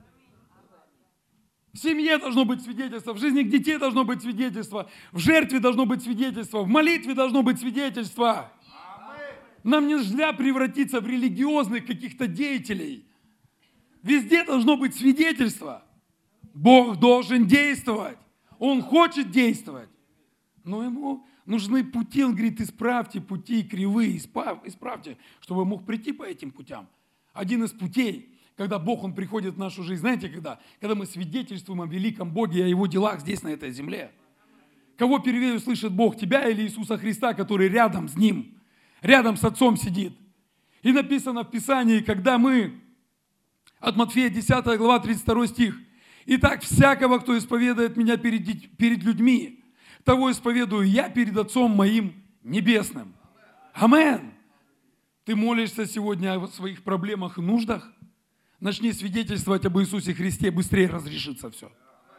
В семье должно быть свидетельство, в жизни детей должно быть свидетельство, в жертве должно быть свидетельство, в молитве должно быть свидетельство. Нам нельзя превратиться в религиозных каких-то деятелей. Везде должно быть свидетельство. Бог должен действовать. Он хочет действовать. Но Ему нужны пути. Он говорит, исправьте пути кривые, исправьте, чтобы мог прийти по этим путям. Один из путей, когда Бог, Он приходит в нашу жизнь, знаете, когда? Когда мы свидетельствуем о великом Боге и о Его делах здесь, на этой земле. Кого первее услышит Бог, тебя или Иисуса Христа, который рядом с Ним, рядом с Отцом сидит. И написано в Писании, когда мы, от Матфея десятая глава, тридцать второй стих, «Итак, всякого, кто исповедует Меня перед, перед людьми, того исповедую Я перед Отцом Моим Небесным». Амен. Ты молишься сегодня о своих проблемах и нуждах? Начни свидетельствовать об Иисусе Христе, быстрее разрешится все.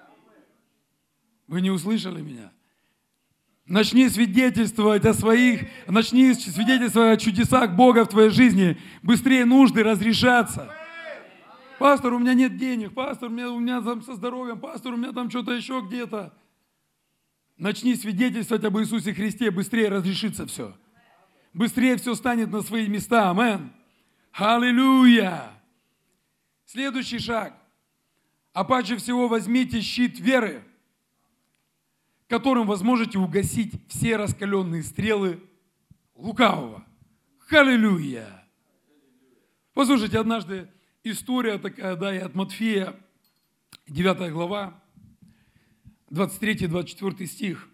Вы не услышали меня? Начни свидетельствовать о своих, начни свидетельствовать о чудесах Бога в твоей жизни, быстрее нужды разрешатся. Пастор, у меня нет денег, пастор, у меня, у меня там со здоровьем, пастор, у меня там что-то еще где-то. Начни свидетельствовать об Иисусе Христе, быстрее разрешится все. Быстрее все станет на свои места. Амен. Аллилуйя. Следующий шаг. А паче всего возьмите щит веры, которым вы сможете угасить все раскаленные стрелы лукавого. Аллилуйя. Послушайте, однажды история такая, да, и от Матфея, девятая глава, двадцать третий двадцать четвёртый стих.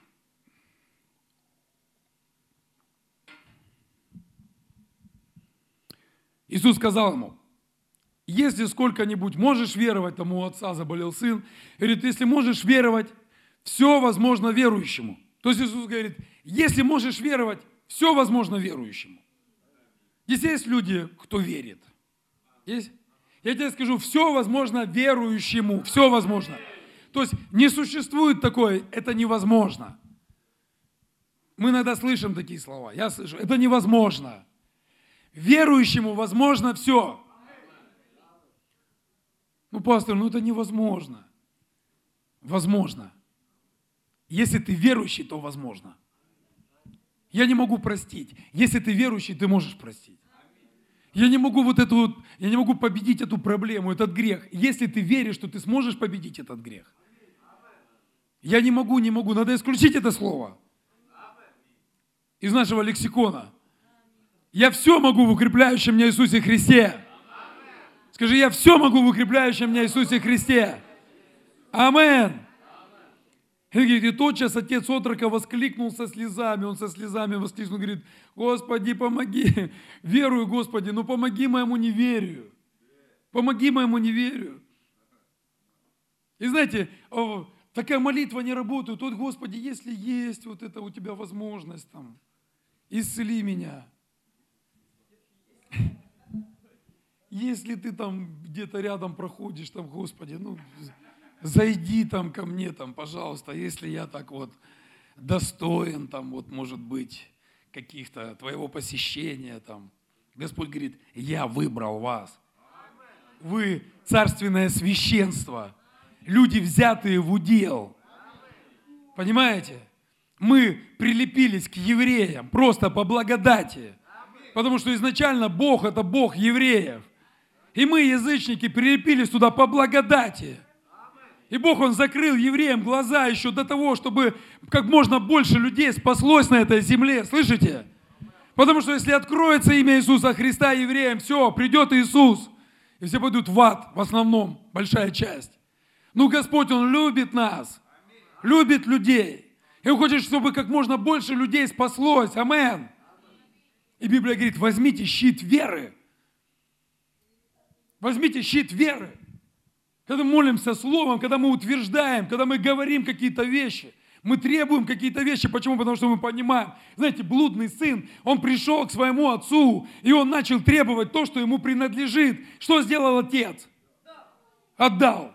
Иисус сказал ему, если сколько-нибудь можешь веровать, тому у отца заболел сын, говорит, если можешь веровать, все возможно верующему. То есть Иисус говорит, если можешь веровать, все возможно верующему. Здесь есть люди, кто верит. Есть? Я тебе скажу, все возможно верующему. Все возможно. То есть не существует такое, это невозможно. Мы иногда слышим такие слова. Я слышу, это невозможно. Верующему возможно все. Ну, пастор, ну это невозможно. Возможно. Если ты верующий, то возможно. Я не могу простить. Если ты верующий, ты можешь простить. Я не могу вот эту вот, я не могу победить эту проблему, этот грех. Если ты веришь, что ты сможешь победить этот грех. Я не могу, не могу. Надо исключить это слово из нашего лексикона. Я все могу в укрепляющем меня Иисусе Христе. Скажи, я все могу в укрепляющем меня Иисусе Христе. Амин. И тотчас отец отрока воскликнул со слезами, он со слезами воскликнул, говорит, Господи, помоги, верую, Господи, но помоги моему неверию, помоги моему неверию. И знаете, такая молитва не работает, вот, Господи, если есть вот это у Тебя возможность, там, исцели меня. Если ты там где-то рядом проходишь, там, Господи, ну... Зайди там ко мне, там, пожалуйста, если я так вот достоин, там, вот, может быть, каких-то твоего посещения, там. Господь говорит, я выбрал вас. Вы царственное священство, люди, взятые в удел. Понимаете? Мы прилепились к евреям просто по благодати, потому что изначально Бог – это Бог евреев. И мы, язычники, прилепились туда по благодати. И Бог, Он закрыл евреям глаза еще до того, чтобы как можно больше людей спаслось на этой земле. Слышите? Потому что если откроется имя Иисуса Христа евреям, все, придет Иисус. И все пойдут в ад, в основном, большая часть. Ну, Господь, Он любит нас, любит людей. И Он хочет, чтобы как можно больше людей спаслось. Амин. И Библия говорит, возьмите щит веры. Возьмите щит веры. Когда мы молимся словом, когда мы утверждаем, когда мы говорим какие-то вещи, мы требуем какие-то вещи. Почему? Потому что мы понимаем. Знаете, блудный сын, он пришел к своему отцу, и он начал требовать то, что ему принадлежит. Что сделал отец? Отдал.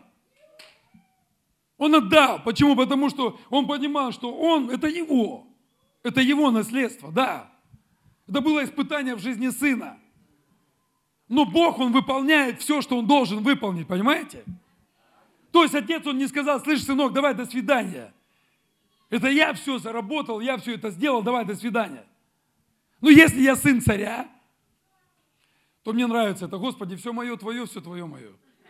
Он отдал. Почему? Потому что он понимал, что он, это его. Это его наследство, да. Это было испытание в жизни сына. Но Бог, Он выполняет все, что Он должен выполнить, понимаете? То есть отец, он не сказал, слышь, сынок, давай до свидания. Это я все заработал, я все это сделал, давай до свидания. Ну, если я сын царя, то мне нравится это, Господи, все мое Твое, все Твое мое.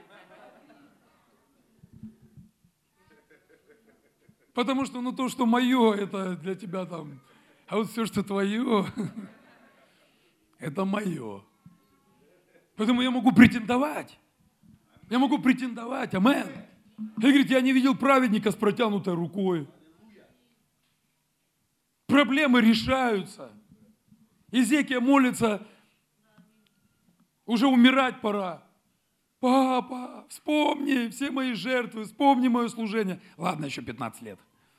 Потому что, ну, то, что мое, это для тебя там, а вот все, что Твое, это мое. Поэтому я могу претендовать. Я могу претендовать, амин. И говорит, я не видел праведника с протянутой рукой. Проблемы решаются. Изекия молится, уже умирать пора. Папа, вспомни все мои жертвы, вспомни мое служение. Ладно, еще пятнадцать лет.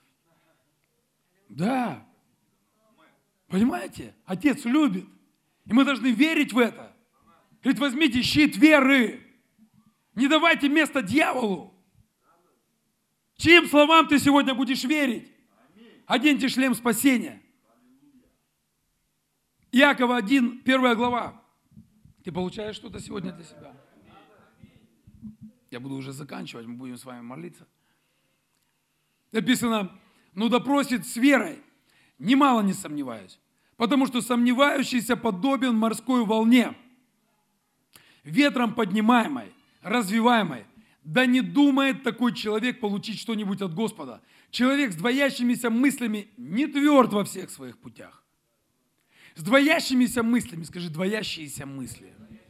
Да. Понимаете? Отец любит. И мы должны верить в это. Говорит, возьмите щит веры. Не давайте место дьяволу. Чьим словам ты сегодня будешь верить? Оденьте шлем спасения. Иакова один, первая глава. Ты получаешь что-то сегодня для себя? Я буду уже заканчивать, мы будем с вами молиться. Написано, ну да просит с верой, немало не сомневаюсь, потому что сомневающийся подобен морской волне, ветром поднимаемой, развиваемой. Да не думает такой человек получить что-нибудь от Господа. Человек с двоящимися мыслями не тверд во всех своих путях. С двоящимися мыслями, скажи, двоящиеся мысли.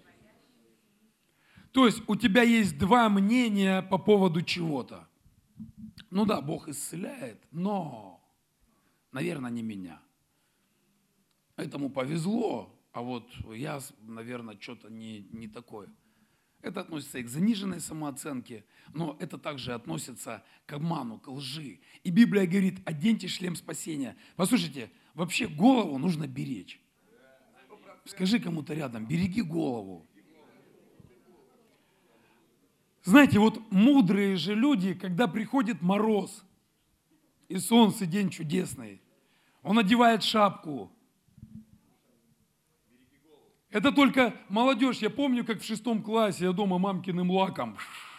То есть у тебя есть два мнения по поводу чего-то. Ну да, Бог исцеляет, но, наверное, не меня. Этому повезло, а вот я, наверное, что-то не, не такое. Это относится и к заниженной самооценке, но это также относится к обману, к лжи. И Библия говорит, оденьте шлем спасения. Послушайте, вообще голову нужно беречь. Скажи кому-то рядом, береги голову. Знаете, вот мудрые же люди, когда приходит мороз, и солнце, день чудесный, он одевает шапку. Это только молодежь. Я помню, как в шестом классе я дома мамкиным лаком.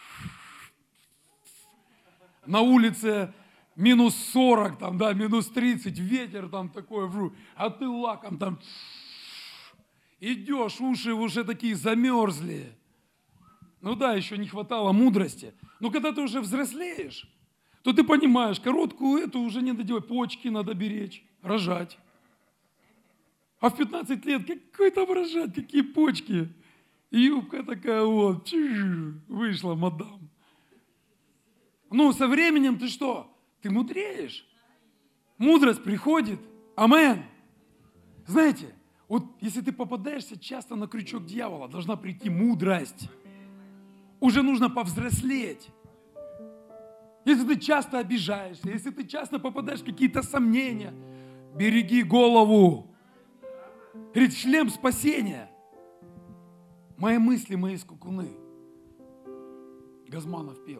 На улице минус сорок, там, да, минус тридцать, ветер там такой, а ты лаком там идешь, уши уже такие замерзли. Ну да, еще не хватало мудрости. Но когда ты уже взрослеешь, то ты понимаешь, короткую эту уже не надо делать, почки надо беречь, рожать. А в пятнадцать лет какой там рожать, какие почки? Юбка такая вот, вышла мадам. Ну, со временем ты что? Ты мудреешь. Мудрость приходит. Амен. Знаете, вот если ты попадаешься часто на крючок дьявола, должна прийти мудрость. Уже нужно повзрослеть. Если ты часто обижаешься, если ты часто попадаешь в какие-то сомнения, береги голову. Говорит, шлем спасения. Мои мысли, мои скакуны. Газманов пел.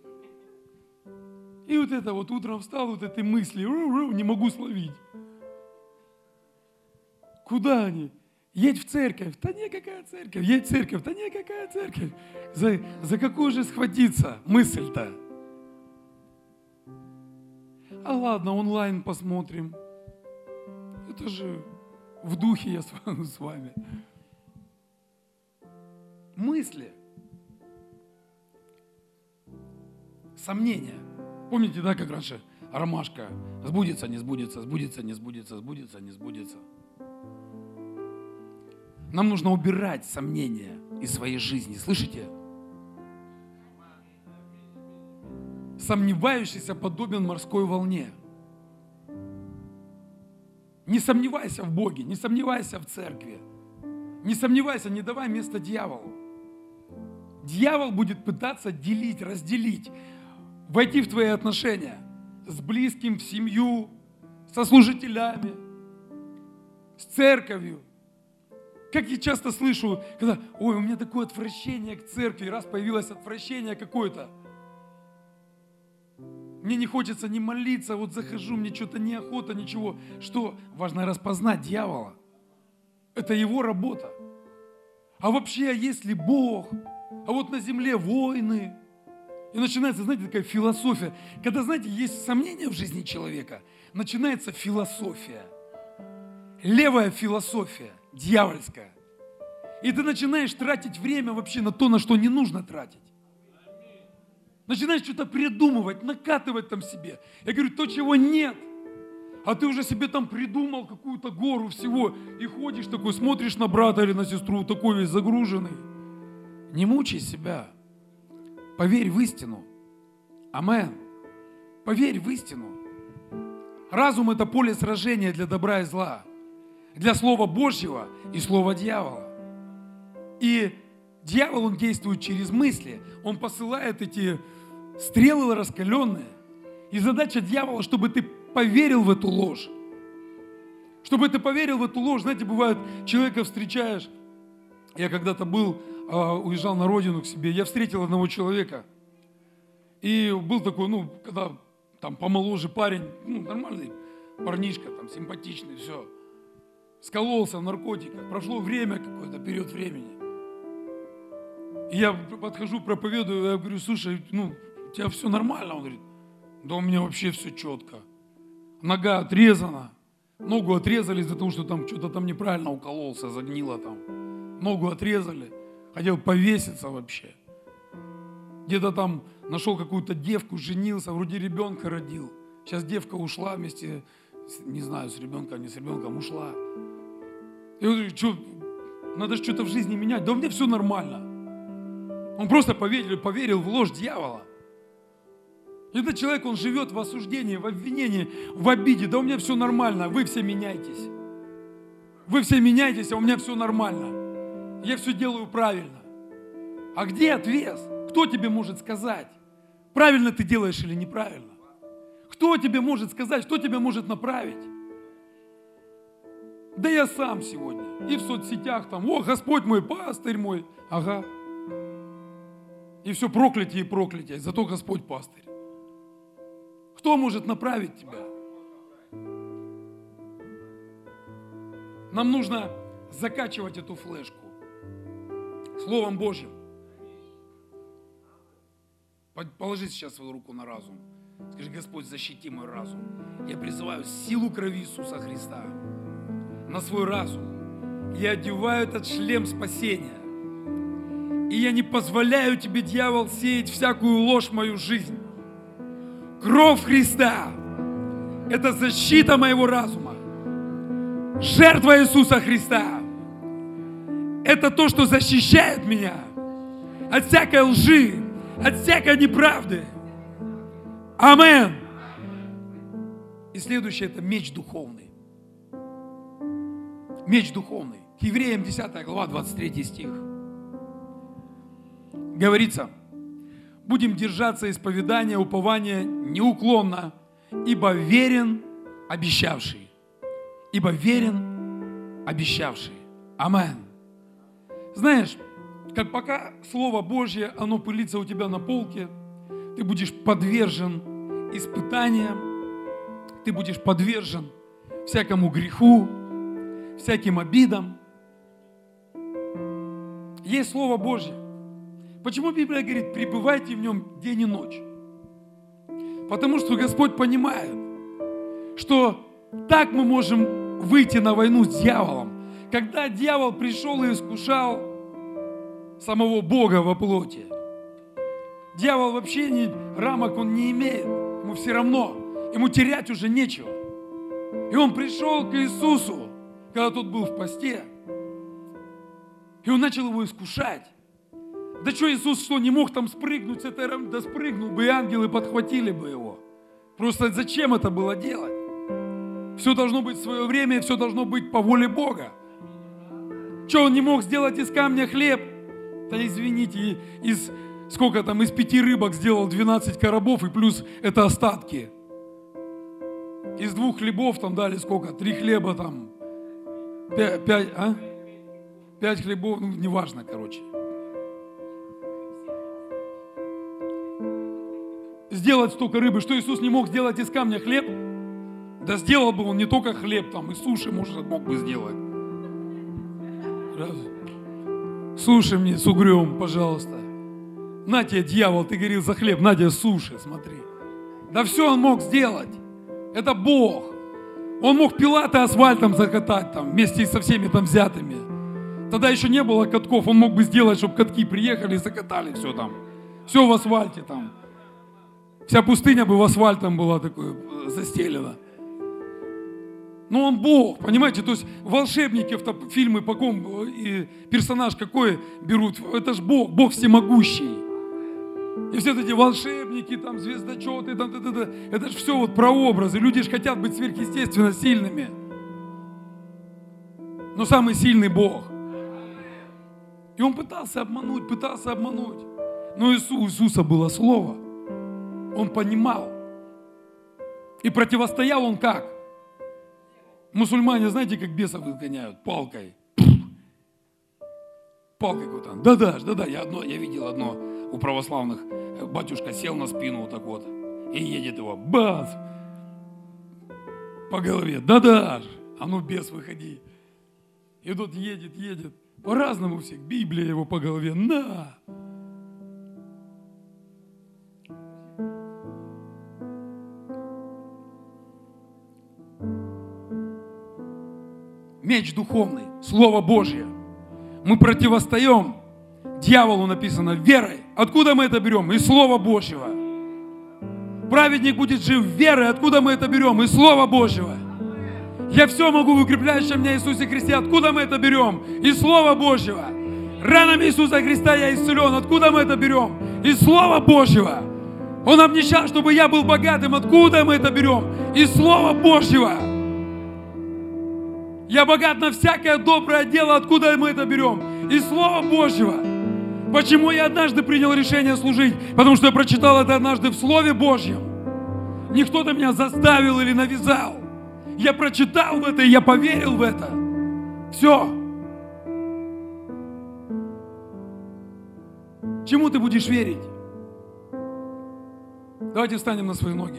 И вот это вот утром встал, вот этой мысли, не могу словить. Куда они? Едь в церковь. Да не, какая церковь? Едь в церковь. Да не, какая церковь? За, за какую же схватиться мысль-то? А ладно, онлайн посмотрим. Это же в духе я с вами. Мысли. Сомнения. Помните, да, как раньше? Ромашка. Сбудется, не сбудется, сбудется, не сбудется, сбудется, не сбудется. Нам нужно убирать сомнения из своей жизни. Слышите? Сомневающийся подобен морской волне. Не сомневайся в Боге, не сомневайся в церкви. Не сомневайся, не давай место дьяволу. Дьявол будет пытаться делить, разделить, войти в твои отношения с близким, в семью, со служителями, с церковью. Как я часто слышу, когда, ой, у меня такое отвращение к церкви, раз появилось отвращение какое-то. Мне не хочется ни молиться, вот захожу, мне что-то неохота, ничего. Что? Важно распознать дьявола. Это его работа. А вообще, а если Бог? А вот на земле войны. И начинается, знаете, такая философия. Когда, знаете, есть сомнения в жизни человека, начинается философия. Левая философия, дьявольская. И ты начинаешь тратить время вообще на то, на что не нужно тратить. Начинаешь что-то придумывать, накатывать там себе. Я говорю, то, чего нет. А ты уже себе там придумал какую-то гору всего. И ходишь такой, смотришь на брата или на сестру, такой весь загруженный. Не мучай себя. Поверь в истину. Амен. Поверь в истину. Разум – это поле сражения для добра и зла. Для Слова Божьего и Слова дьявола. И дьявол, он действует через мысли. Он посылает эти стрелы раскаленные. И задача дьявола, чтобы ты поверил в эту ложь. Чтобы ты поверил в эту ложь. Знаете, бывает, человека встречаешь. Я когда-то был, уезжал на родину к себе. Я встретил одного человека. И был такой, ну, когда там помоложе парень, ну, нормальный парнишка, там, симпатичный, все. Скололся в наркотиках. Прошло время какой-то, период времени. И я подхожу, проповедую, я говорю, слушай, ну, у тебя все нормально? Он говорит, да у меня вообще все четко. Нога отрезана, ногу отрезали из-за того, что там что-то там неправильно укололся, загнило там. Ногу отрезали, хотел повеситься вообще. Где-то там нашел какую-то девку, женился, вроде ребенка родил. Сейчас девка ушла вместе, не знаю, с ребенком, не с ребенком, ушла. Я говорю, что, надо же что-то в жизни менять. Да у меня все нормально. Он просто поверил, поверил в ложь дьявола. Этот человек, он живет в осуждении, в обвинении, в обиде. Да у меня все нормально, вы все меняйтесь. Вы все меняйтесь, а у меня все нормально. Я все делаю правильно. А где ответ? Кто тебе может сказать, правильно ты делаешь или неправильно? Кто тебе может сказать, кто тебя может направить? Да я сам сегодня. И в соцсетях там, о, Господь мой, пастырь мой. Ага. И все проклятие и проклятие, зато Господь пастырь. Кто может направить тебя? Нам нужно закачивать эту флешку Словом Божьим. Положи сейчас свою руку на разум. Скажи: Господь, защити мой разум. Я призываю силу крови Иисуса Христа на свой разум. Я одеваю этот шлем спасения. И я не позволяю тебе, дьявол, сеять всякую ложь в мою жизнь. Кровь Христа – это защита моего разума. Жертва Иисуса Христа – это то, что защищает меня от всякой лжи, от всякой неправды. Амин. И следующее – это меч духовный. Меч духовный. К Евреям десятая глава, двадцать третий стих. Говорится: будем держаться исповедания, упования неуклонно, ибо верен обещавший. Ибо верен обещавший. Амин. Знаешь, как пока Слово Божье, оно пылится у тебя на полке, ты будешь подвержен испытаниям, ты будешь подвержен всякому греху, всяким обидам. Есть Слово Божье. Почему Библия говорит: пребывайте в нем день и ночь? Потому что Господь понимает, что так мы можем выйти на войну с дьяволом. Когда дьявол пришел и искушал самого Бога во плоти, дьявол вообще не, рамок он не имеет, ему все равно, ему терять уже нечего. И он пришел к Иисусу, когда тот был в посте, и он начал его искушать. Да что, Иисус что, не мог там спрыгнуть с этой рамки? Да спрыгнул бы, и ангелы подхватили бы его. Просто зачем это было делать? Все должно быть в свое время, все должно быть по воле Бога. Что, он не мог сделать из камня хлеб? Да извините, из сколько там, из пяти рыбок сделал двенадцать коробов, и плюс это остатки. Из двух хлебов там дали сколько? Три хлеба там. Пять, пять, а? Пять хлебов, ну, неважно, короче. Сделать столько рыбы, что Иисус не мог сделать из камня хлеб? Да сделал бы он не только хлеб, там и суши, может, мог бы сделать. Раз. Суши мне с угрем, пожалуйста. На тебе, дьявол, ты говорил за хлеб, на тебе суши, смотри. Да все он мог сделать. Это Бог. Он мог Пилата асфальтом закатать там, вместе со всеми там взятыми. Тогда еще не было катков, он мог бы сделать, чтобы катки приехали и закатали все там. Все в асфальте там. Вся пустыня бы в асфальтом была такой застелена. Но он Бог, понимаете? То есть волшебники в фильмы по ком и персонаж какой берут? Это ж Бог, Бог всемогущий. И все эти волшебники, там, звездочеты, там, это, это, это же все вот прообразы. Люди же хотят быть сверхъестественно сильными. Но самый сильный Бог. И он пытался обмануть, пытался обмануть. Но Иисус, у Иисуса было слово. Он понимал. И противостоял он как? Мусульмане, знаете, как бесов изгоняют? Палкой. Палкой какой-то. Да-да, да-да, я, одно, я видел одно у православных. Батюшка сел на спину вот так вот и едет его. Бац! По голове. Да-да, а ну бес, выходи. И тут едет, едет. По-разному всех. Библия его по голове. На! Меч духовный, Слово Божье. Мы противостоим дьяволу, написано, верой. Откуда мы это берем? Из Слова Божьего. Праведник будет жив верой. Откуда мы это берем? Из Слова Божьего. Я все могу в укрепляющем меня Иисусе Христе. Откуда мы это берем? Из Слова Божьего. Ранами Иисуса Христа я исцелен. Откуда мы это берем? Из Слова Божьего. Он обнищал, чтобы я был богатым. Откуда мы это берем? Из Слова Божьего. Я богат на всякое доброе дело. Откуда мы это берем? Из Слова Божьего. Почему я однажды принял решение служить? Потому что я прочитал это однажды в Слове Божьем. Не кто-то меня заставил или навязал. Я прочитал в это, и я поверил в это. Все. Чему ты будешь верить? Давайте встанем на свои ноги.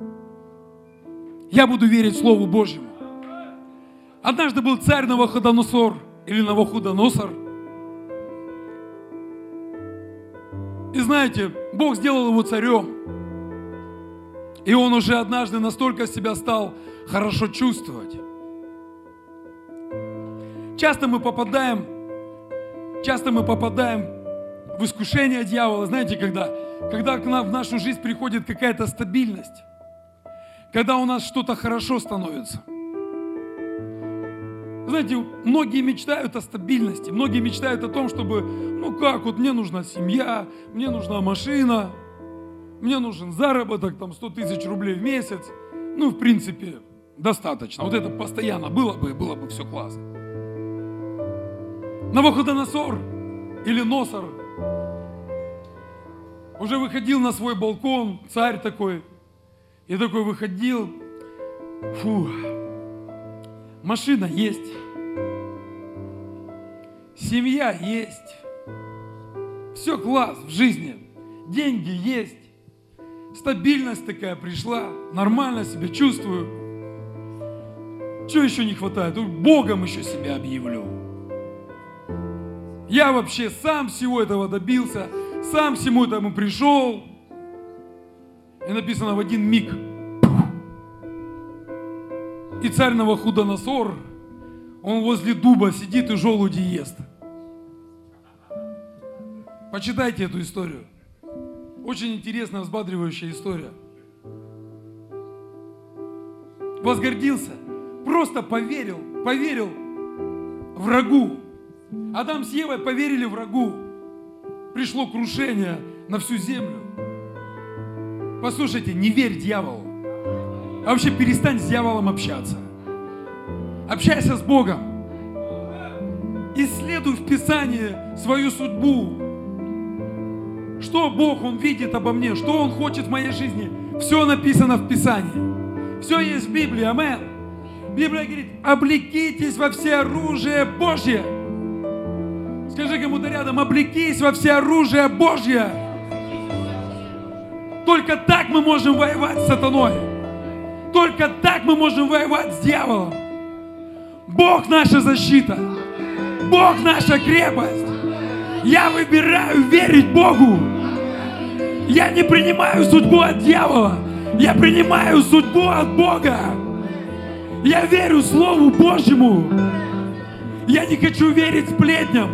Я буду верить Слову Божьему. Однажды был царь Навуходоносор или Навуходоносор. И знаете, Бог сделал его царем. И он уже однажды настолько себя стал хорошо чувствовать. Часто мы попадаем, часто мы попадаем в искушение дьявола. Знаете, когда, когда к нам в нашу жизнь приходит какая-то стабильность, когда у нас что-то хорошо становится. Знаете, многие мечтают о стабильности, многие мечтают о том, чтобы, ну как, вот мне нужна семья, мне нужна машина, мне нужен заработок, там, сто тысяч рублей в месяц. Ну, в принципе, достаточно. Вот это постоянно было бы, было бы все классно. Навуходоносор или Носор уже выходил на свой балкон, царь такой, и такой выходил, фу, машина есть, семья есть, все класс в жизни, деньги есть, стабильность такая пришла, нормально себя чувствую. Чего еще не хватает? Богом еще себя объявлю. Я вообще сам всего этого добился, сам всему этому пришел. И написано в один миг. И царь Навуходоносор, он возле дуба сидит и желуди ест. Почитайте эту историю. Очень интересная, взбадривающая история. Возгордился, просто поверил, поверил врагу. Адам с Евой поверили врагу. Пришло крушение на всю землю. Послушайте, не верь дьяволу. А вообще перестань с дьяволом общаться. Общайся с Богом. Исследуй в Писании свою судьбу. Что Бог, Он видит обо мне, что Он хочет в моей жизни. Все написано в Писании. Все есть в Библии. Амен. Библия говорит, облекитесь во всеоружие Божье. Скажи кому-то рядом, облекись во всеоружие Божье. Только так мы можем воевать с сатаной. Только так мы можем воевать с дьяволом. Бог наша защита. Бог наша крепость. Я выбираю верить Богу. Я не принимаю судьбу от дьявола. Я принимаю судьбу от Бога. Я верю Слову Божьему. Я не хочу верить сплетням.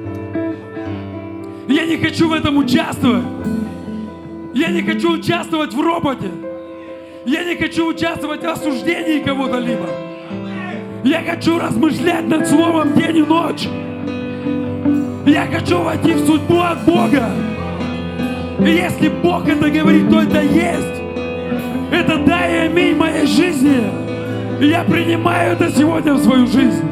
Я не хочу в этом участвовать. Я не хочу участвовать в роботе. Я не хочу участвовать в осуждении кого-то либо. Я хочу размышлять над Словом день и ночь. Я хочу войти в судьбу от Бога. И если Бог это говорит, то это есть. Это да и аминь в моей жизни. И я принимаю это сегодня в свою жизнь.